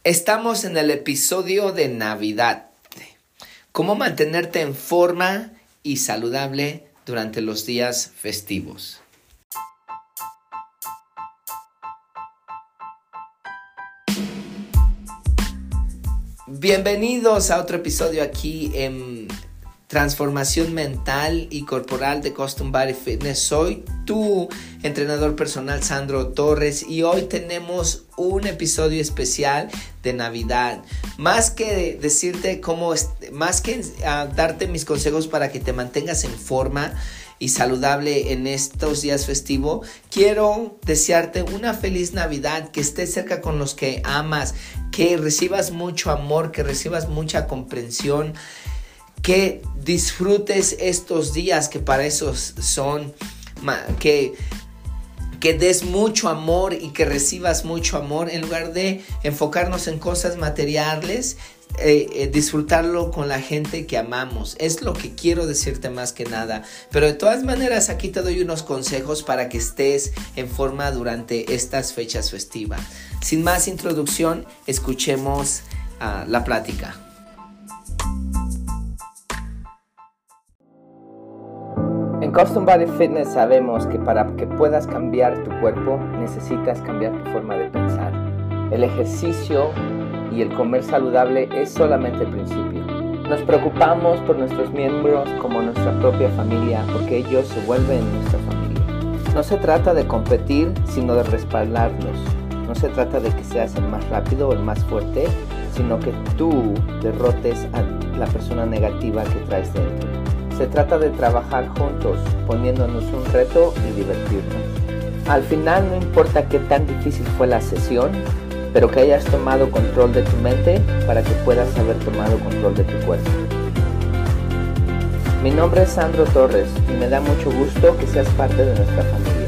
Estamos en el episodio de Navidad. ¿Cómo mantenerte en forma y saludable durante los días festivos? Bienvenidos a otro episodio aquí en Transformación Mental y Corporal de Custom Body Fitness. Soy tu entrenador personal, Sandro Torres, y hoy tenemos un episodio especial de Navidad. Más que decirte darte mis consejos para que te mantengas en forma y saludable en estos días festivos, quiero desearte una feliz Navidad, que estés cerca con los que amas, que recibas mucho amor, que recibas mucha comprensión, que disfrutes estos días que para eso son, que des mucho amor y que recibas mucho amor en lugar de enfocarnos en cosas materiales. Disfrutarlo con la gente que amamos es lo que quiero decirte más que nada, pero de todas maneras aquí te doy unos consejos para que estés en forma durante estas fechas festivas. Sin más introducción, escuchemos la plática. En Custom Body Fitness sabemos que para que puedas cambiar tu cuerpo necesitas cambiar tu forma de pensar. El ejercicio y el comer saludable es solamente el principio. Nos preocupamos por nuestros miembros como nuestra propia familia, porque ellos se vuelven nuestra familia. No se trata de competir, sino de respaldarlos. No se trata de que seas el más rápido o el más fuerte, sino que tú derrotes a la persona negativa que traes dentro. Se trata de trabajar juntos, poniéndonos un reto y divertirnos. Al final no importa qué tan difícil fue la sesión, pero que hayas tomado control de tu mente para que puedas haber tomado control de tu cuerpo. Mi nombre es Sandro Torres y me da mucho gusto que seas parte de nuestra familia.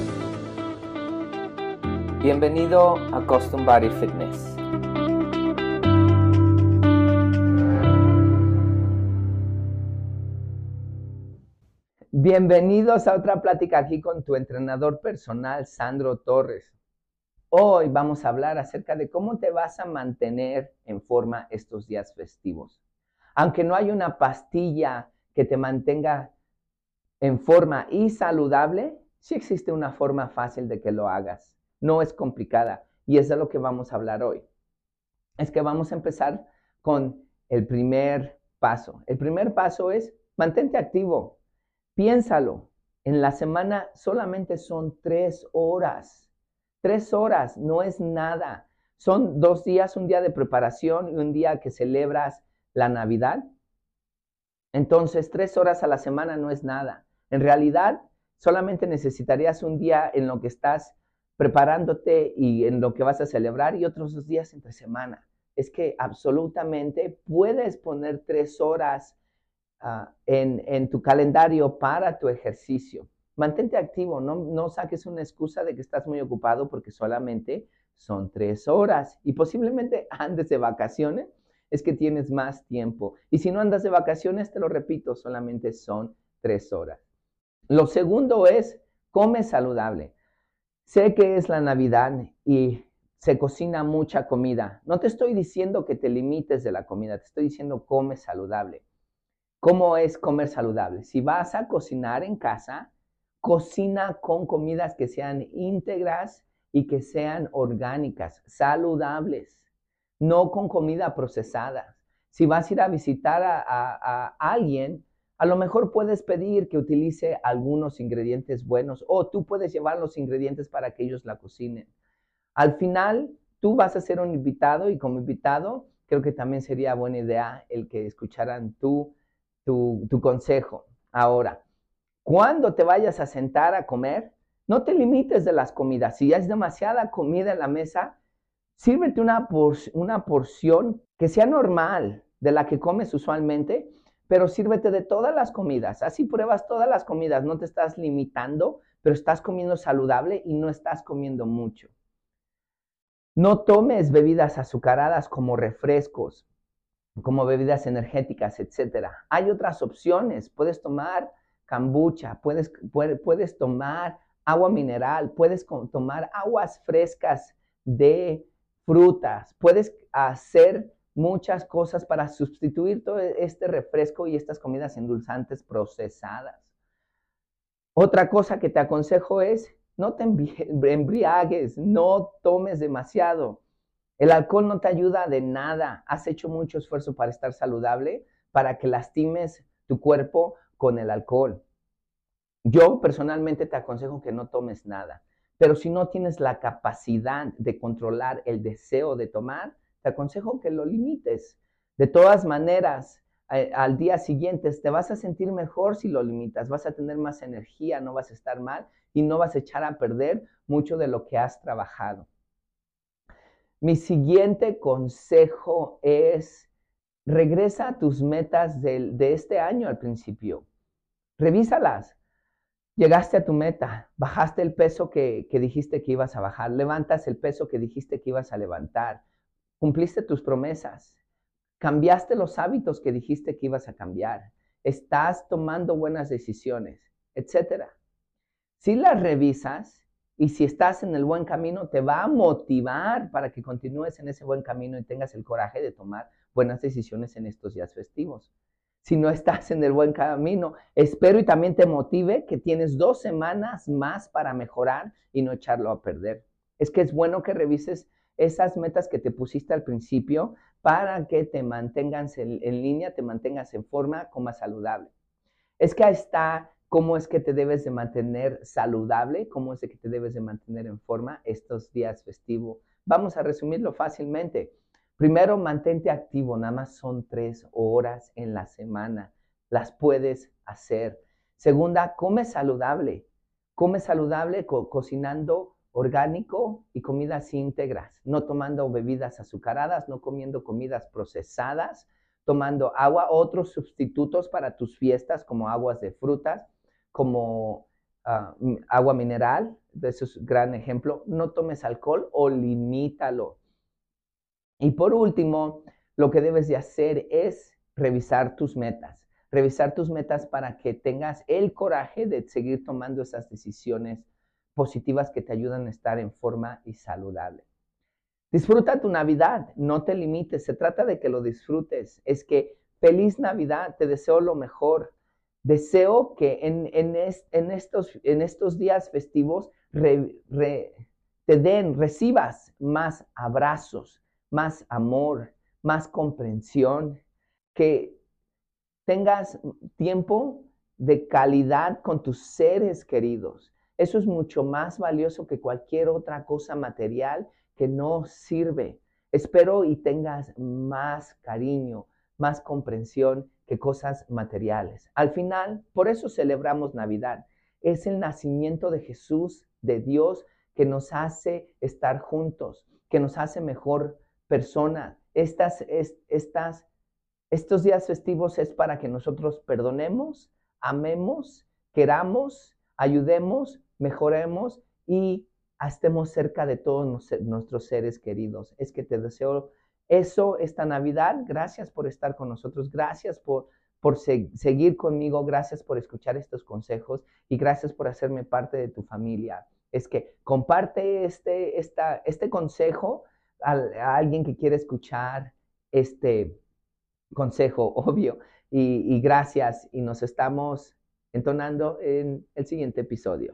Bienvenido a Custom Body Fitness. Bienvenidos a otra plática aquí con tu entrenador personal, Sandro Torres. Hoy vamos a hablar acerca de cómo te vas a mantener en forma estos días festivos. Aunque no hay una pastilla que te mantenga en forma y saludable, sí existe una forma fácil de que lo hagas. No es complicada y es de lo que vamos a hablar hoy. Es que vamos a empezar con el primer paso. El primer paso es mantente activo. Piénsalo. En la semana solamente son 3 horas. 3 horas no es nada. Son 2 días, un día de preparación y un día que celebras la Navidad. Entonces, 3 horas a la semana no es nada. En realidad, solamente necesitarías un día en lo que estás preparándote y en lo que vas a celebrar y otros 2 días entre semana. Es que absolutamente puedes poner 3 horas en tu calendario para tu ejercicio. Mantente activo, no saques una excusa de que estás muy ocupado porque solamente son 3 horas y posiblemente andes de vacaciones, es que tienes más tiempo. Y si no andas de vacaciones, te lo repito, solamente son 3 horas. Lo segundo es, come saludable. Sé que es la Navidad y se cocina mucha comida. No te estoy diciendo que te limites de la comida, te estoy diciendo come saludable. ¿Cómo es comer saludable? Si vas a cocinar en casa, cocina con comidas que sean íntegras y que sean orgánicas, saludables, no con comida procesada. Si vas a ir a visitar a alguien, a lo mejor puedes pedir que utilice algunos ingredientes buenos o tú puedes llevar los ingredientes para que ellos la cocinen. Al final, tú vas a ser un invitado y como invitado, creo que también sería buena idea el que escucharan tu consejo. Ahora, cuando te vayas a sentar a comer, no te limites de las comidas. Si ya es demasiada comida en la mesa, sírvete una porción que sea normal de la que comes usualmente, pero sírvete de todas las comidas. Así pruebas todas las comidas. No te estás limitando, pero estás comiendo saludable y no estás comiendo mucho. No tomes bebidas azucaradas como refrescos, como bebidas energéticas, etc. Hay otras opciones. Puedes tomar kombucha, puedes tomar agua mineral, puedes tomar aguas frescas de frutas. Puedes hacer muchas cosas para sustituir todo este refresco y estas comidas endulzantes procesadas. Otra cosa que te aconsejo es, no te embriagues, no tomes demasiado. El alcohol no te ayuda de nada. Has hecho mucho esfuerzo para estar saludable, para que lastimes tu cuerpo con el alcohol. Yo personalmente te aconsejo que no tomes nada, pero si no tienes la capacidad de controlar el deseo de tomar, te aconsejo que lo limites. De todas maneras, al día siguiente te vas a sentir mejor si lo limitas, vas a tener más energía, no vas a estar mal y no vas a echar a perder mucho de lo que has trabajado. Mi siguiente consejo es, regresa a tus metas de este año al principio. Revísalas. Llegaste a tu meta, bajaste el peso que dijiste que ibas a bajar, levantas el peso que dijiste que ibas a levantar, cumpliste tus promesas, cambiaste los hábitos que dijiste que ibas a cambiar, estás tomando buenas decisiones, etc. Si las revisas y si estás en el buen camino, te va a motivar para que continúes en ese buen camino y tengas el coraje de tomar buenas decisiones en estos días festivos. Si no estás en el buen camino, espero y también te motive que tienes 2 semanas más para mejorar y no echarlo a perder. Es que es bueno que revises esas metas que te pusiste al principio para que te mantengas en línea, te mantengas en forma, comas saludable. Es que ahí está cómo es que te debes de mantener saludable, cómo es que te debes de mantener en forma estos días festivos. Vamos a resumirlo fácilmente. Primero, mantente activo, nada más son 3 horas en la semana, las puedes hacer. Segunda, come saludable cocinando orgánico y comidas íntegras, no tomando bebidas azucaradas, no comiendo comidas procesadas, tomando agua, otros sustitutos para tus fiestas como aguas de frutas, como agua mineral, eso es un gran ejemplo. No tomes alcohol o limítalo. Y por último, lo que debes de hacer es revisar tus metas para que tengas el coraje de seguir tomando esas decisiones positivas que te ayudan a estar en forma y saludable. Disfruta tu Navidad, no te limites, se trata de que lo disfrutes. Es que feliz Navidad, te deseo lo mejor. Deseo que en estos días festivos recibas más abrazos, más amor, más comprensión, que tengas tiempo de calidad con tus seres queridos. Eso es mucho más valioso que cualquier otra cosa material que no sirve. Espero y tengas más cariño, más comprensión que cosas materiales. Al final, por eso celebramos Navidad. Es el nacimiento de Jesús, de Dios, que nos hace estar juntos, que nos hace mejor persona. Estos días festivos es para que nosotros perdonemos, amemos, queramos, ayudemos, mejoremos y estemos cerca de todos nuestros seres queridos. Es que te deseo eso esta Navidad. Gracias por estar con nosotros. Gracias por seguir conmigo. Gracias por escuchar estos consejos y gracias por hacerme parte de tu familia. Es que comparte este consejo a alguien que quiere escuchar este consejo, obvio. Y gracias. Y nos estamos entonando en el siguiente episodio.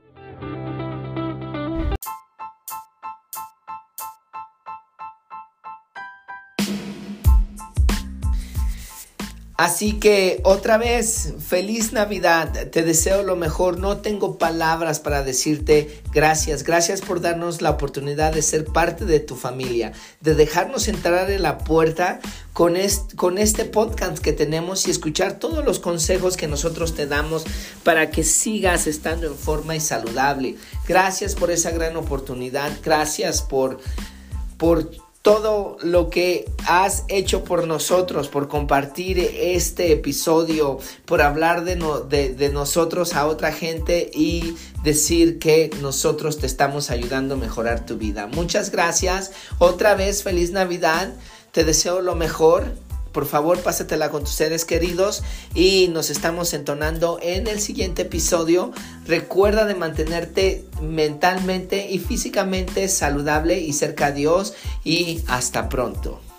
Así que otra vez, feliz Navidad, te deseo lo mejor, no tengo palabras para decirte gracias por darnos la oportunidad de ser parte de tu familia, de dejarnos entrar en la puerta con este podcast que tenemos y escuchar todos los consejos que nosotros te damos para que sigas estando en forma y saludable. Gracias por esa gran oportunidad, gracias por todo lo que has hecho por nosotros, por compartir este episodio, por hablar de nosotros a otra gente y decir que nosotros te estamos ayudando a mejorar tu vida. Muchas gracias. Otra vez, feliz Navidad. Te deseo lo mejor. por favor, pásatela con tus seres queridos y nos estamos entonando en el siguiente episodio. Recuerda de mantenerte mentalmente y físicamente saludable y cerca a Dios, y hasta pronto.